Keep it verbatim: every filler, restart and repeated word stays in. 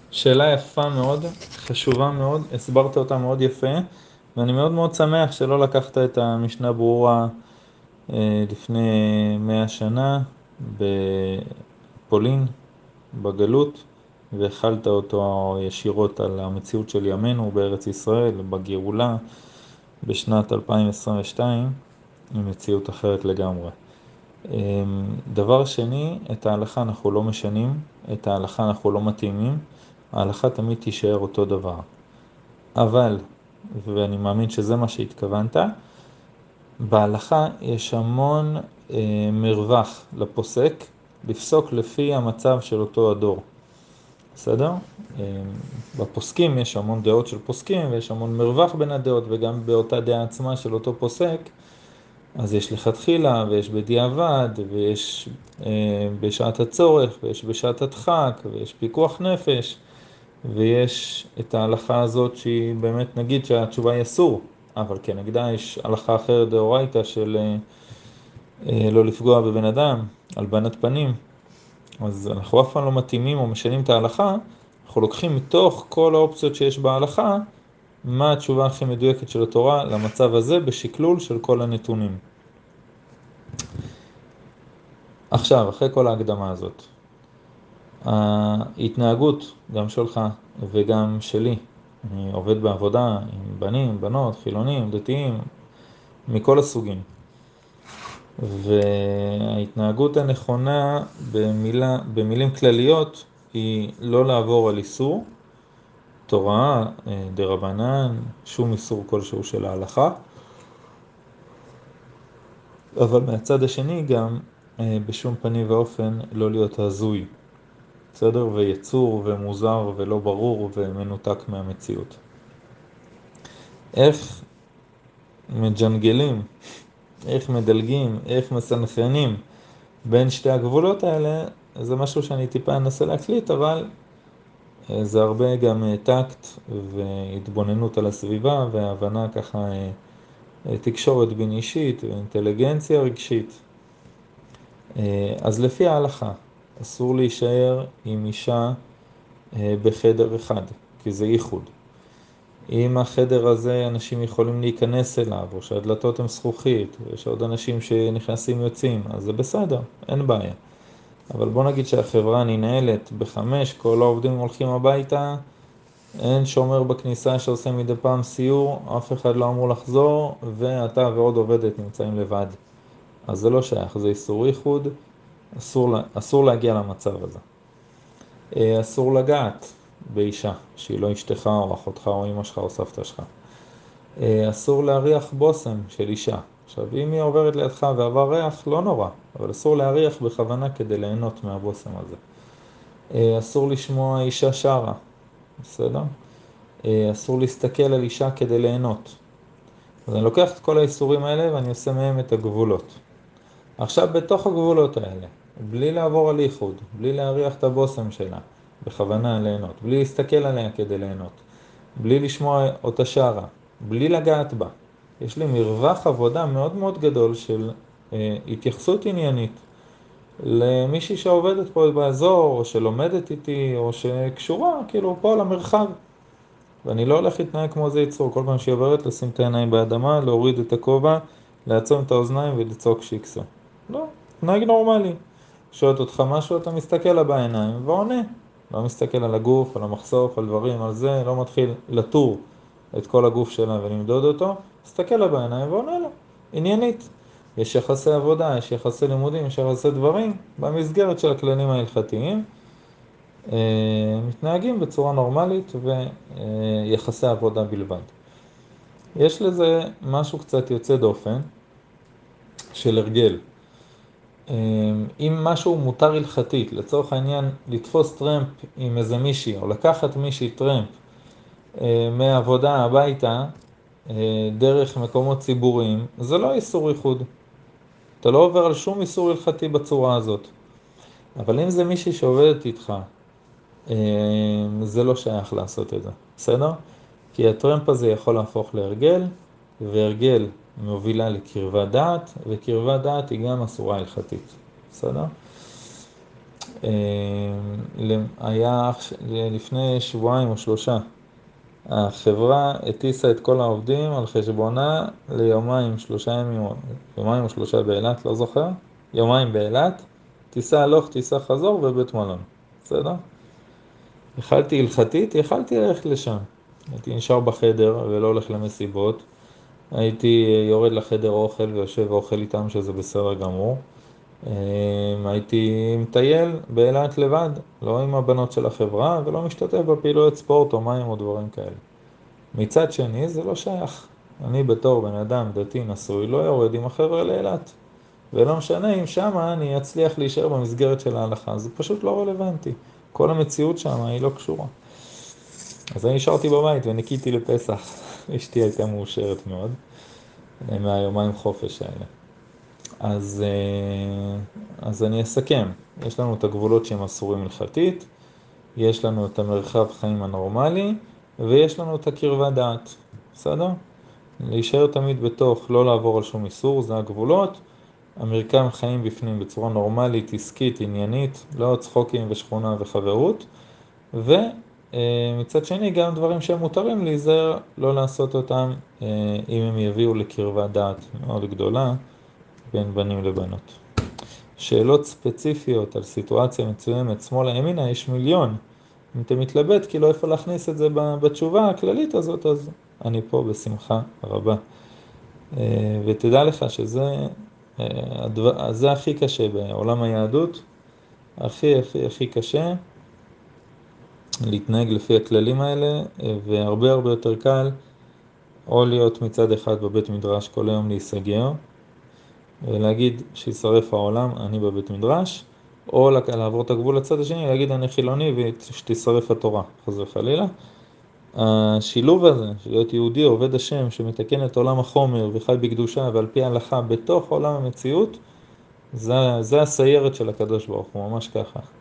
שאלה יפה מאוד, חשובה מאוד, הסברת אותה מאוד יפה, ואני מאוד מאוד שמח שלא לקחת את המשנה ברורה אה, לפני מאה שנה בפולין, בגלות, והחלת אותו ישירות על המציאות של ימינו בארץ ישראל, בגאולה, בשנת אלפיים עשרים ושתיים, עם מציאות אחרת לגמרי. דבר שני, את ההלכה אנחנו לא משנים, את ההלכה אנחנו לא מתאימים, ההלכה תמיד תישאר אותו דבר. אבל, ואני מאמין שזה מה שהתכוונת, בהלכה יש המון אה, מרווח לפוסק, לפסוק לפי המצב של אותו הדור. בסדר? אה, בפוסקים יש המון דעות של פוסקים, ויש המון מרווח בין הדעות, וגם באותה דעה עצמה של אותו פוסק, אז יש לכתחילה, ויש בדיעבד, ויש אה, בשעת הצורך, ויש בשעת הדחק, ויש פיקוח נפש, ויש את ההלכה הזאת שהיא באמת, נגיד שהתשובה היא אסור, אבל כנגדה יש הלכה אחרת דאורייתא של אה, אה, לא לפגוע בבן אדם, הלבנת פנים. אז אנחנו אף פעם לא מתאימים או משנים את ההלכה, אנחנו לוקחים מתוך כל האופציות שיש בהלכה, מה התשובה הכי מדויקת של התורה למצב הזה בשקלול של כל הנתונים. עכשיו, אחרי כל ההקדמה הזאת, ההתנהגות, גם שלך וגם שלי, אני עובד בעבודה עם בנים, בנות, חילונים, דתיים, מכל הסוגים. וההתנהגות הנכונה במילה, במילים כלליות היא לא לעבור על איסור, תורה, דרבנן, שום איסור כלשהו של ההלכה, אבל מהצד השני גם בשום פנים ואופן לא להיות הזוי, בסדר? ויצור ומוזר ולא ברור ומנותק מהמציאות. איך מג'נגלים, איך מדלגים, איך מסנכרנים בין שתי הגבולות האלה, זה משהו שאני טיפה אנסה להקליט, אבל זה הרבה גם טקט והתבוננות על הסביבה והבנה ככה, תקשורת בין אישית ואינטליגנציה רגשית. אז לפי ההלכה, אסור להישאר עם אישה בחדר אחד, כי זה ייחוד. אם החדר הזה אנשים יכולים להיכנס אליו, או שהדלתות הן זכוכית, ויש עוד אנשים שנכנסים יוצאים, אז זה בסדר, אין בעיה. אבל בוא נגיד שהחברה ננהלת בחמש, כל העובדים הולכים הביתה, אין שומר בכניסה שעושה מדי פעם סיור, אף אחד לא אמור לחזור, ואתה ועוד עובדת נמצאים לבד. אז זה לא שייך, זה איסור ייחוד, אסור, אסור להגיע למצב הזה. אסור לגעת באישה, שהיא לא אשתך או אחותך או אמא שלך או סבתא שלך. אסור להריח בושם של אישה. עכשיו, אם היא עוברת לידך ועבר ריח, לא נורא, אבל אסור להריח בכוונה כדי ליהנות מהבושם הזה. אסור לשמוע אישה שרה, בסדר? אסור להסתכל על אישה כדי ליהנות. אז אני לוקח את כל האיסורים האלה ואני עושה מהם את הגבולות. עכשיו, בתוך הגבולות האלה, בלי לעבור על ייחוד, בלי להריח את הבושם שלה, בכוונה ליהנות, בלי להסתכל עליה כדי ליהנות, בלי לשמוע אותה שרה, בלי לגעת בה. יש לי מרווח עבודה מאוד מאוד גדול של אה, התייחסות עניינית למישהי שעובדת פה באזור, או שלומדת איתי, או שקשורה, כאילו, פה על המרחב. ואני לא הולך להתנהג כמו זה יצור, כל פעם שהיא עוברת, לשים את העיניים באדמה, להוריד את הכובע, לעצום את האוזניים ולצעוק שיקסה. לא, תנהג נורמלי. שואלת אותך משהו, אתה מסתכל לה בעיניים ועונה. לא מסתכל על הגוף, על המחשוף, על דברים, על זה, לא מתחיל לטור את כל הגוף שלה ולמדוד אותו, מסתכל לה בעיניים ועונה לה, עניינית. יש יחסי עבודה, יש יחסי לימודים, יש יחסי דברים, במסגרת של הכללים ההלכתיים, מתנהגים בצורה נורמלית ויחסי עבודה בלבד. יש לזה משהו קצת יוצא דופן של הרגל. אם משהו מותר הלכתית, לצורך העניין לתפוס טרמפ עם איזה מישהי, או לקחת מישהי טרמפ מהעבודה הביתה דרך מקומות ציבוריים, זה לא איסור ייחוד. אתה לא עובר על שום איסור הלכתי בצורה הזאת. אבל אם זה מישהי שעובדת איתך, זה לא שייך לעשות את זה, בסדר? כי הטרמפ הזה יכול להפוך להרגל, והרגל מובילה לקרבה דעת, וקרבה דעת היא גם אסורה הלכתית, בסדר? היה לפני שבועיים או שלושה, החברה הטיסה את כל העובדים על חשבונה ליומיים, שלושה ימים, יומיים או שלושה באילת, לא זוכר, יומיים באילת, טיסה הלוך, טיסה חזור ובית מלון, בסדר? יכלתי הלכתית, יכלתי ללכת לשם. הייתי נשאר בחדר ולא הולך למסיבות. הייתי יורד לחדר אוכל ויושב ואוכל איתם, שזה בסדר גמור. הייתי מטייל באילת לבד, לא עם הבנות של החברה ולא משתתף בפעילויות ספורט או מים או דברים כאלה. מצד שני, זה לא שייך. אני בתור בן אדם דתי נשוי לא יורד עם החבר'ה לאילת. ולא משנה אם שמה אני אצליח להישאר במסגרת של ההלכה, זה פשוט לא רלוונטי. כל המציאות שמה היא לא קשורה. אז אני נשארתי בבית וניקיתי לפסח. אשתי הייתה מאושרת מאוד מהיומיים חופש האלה. אז, אז אני אסכם. יש לנו את הגבולות שהם אסורים הלכתית, יש לנו את המרחב חיים הנורמלי, ויש לנו את הקרבה דעת. בסדר? להישאר תמיד בתוך, לא לעבור על שום איסור, זה הגבולות. המרקם חיים בפנים בצורה נורמלית, עסקית, עניינית, לא צחוקים ושכונה וחברות. ומצד שני גם דברים שהם מותרים להיזהר לא לעשות אותם אם הם יביאו לקרבה דעת מאוד גדולה בין בנים לבנות. שאלות ספציפיות על סיטואציה מצוימת, שמאלה ימינה, יש מיליון. אם אתה מתלבט כי לא איפה להכניס את זה בתשובה הכללית הזאת, אז אני פה בשמחה רבה. ותדע לך שזה זה הכי קשה בעולם היהדות, הכי הכי הכי קשה להתנהג לפי הכללים האלה, והרבה הרבה יותר קל או להיות מצד אחד בבית מדרש כל היום להיסגר ולהגיד שישרף העולם, אני בבית מדרש, או לעבור את הגבול לצד השני, להגיד אני חילוני ושתשרף התורה, חס וחלילה. השילוב הזה, של להיות יהודי עובד השם שמתקן את עולם החומר וחי בקדושה ועל פי ההלכה בתוך עולם המציאות, זה, זה הסיירת של הקדוש ברוך הוא, ממש ככה.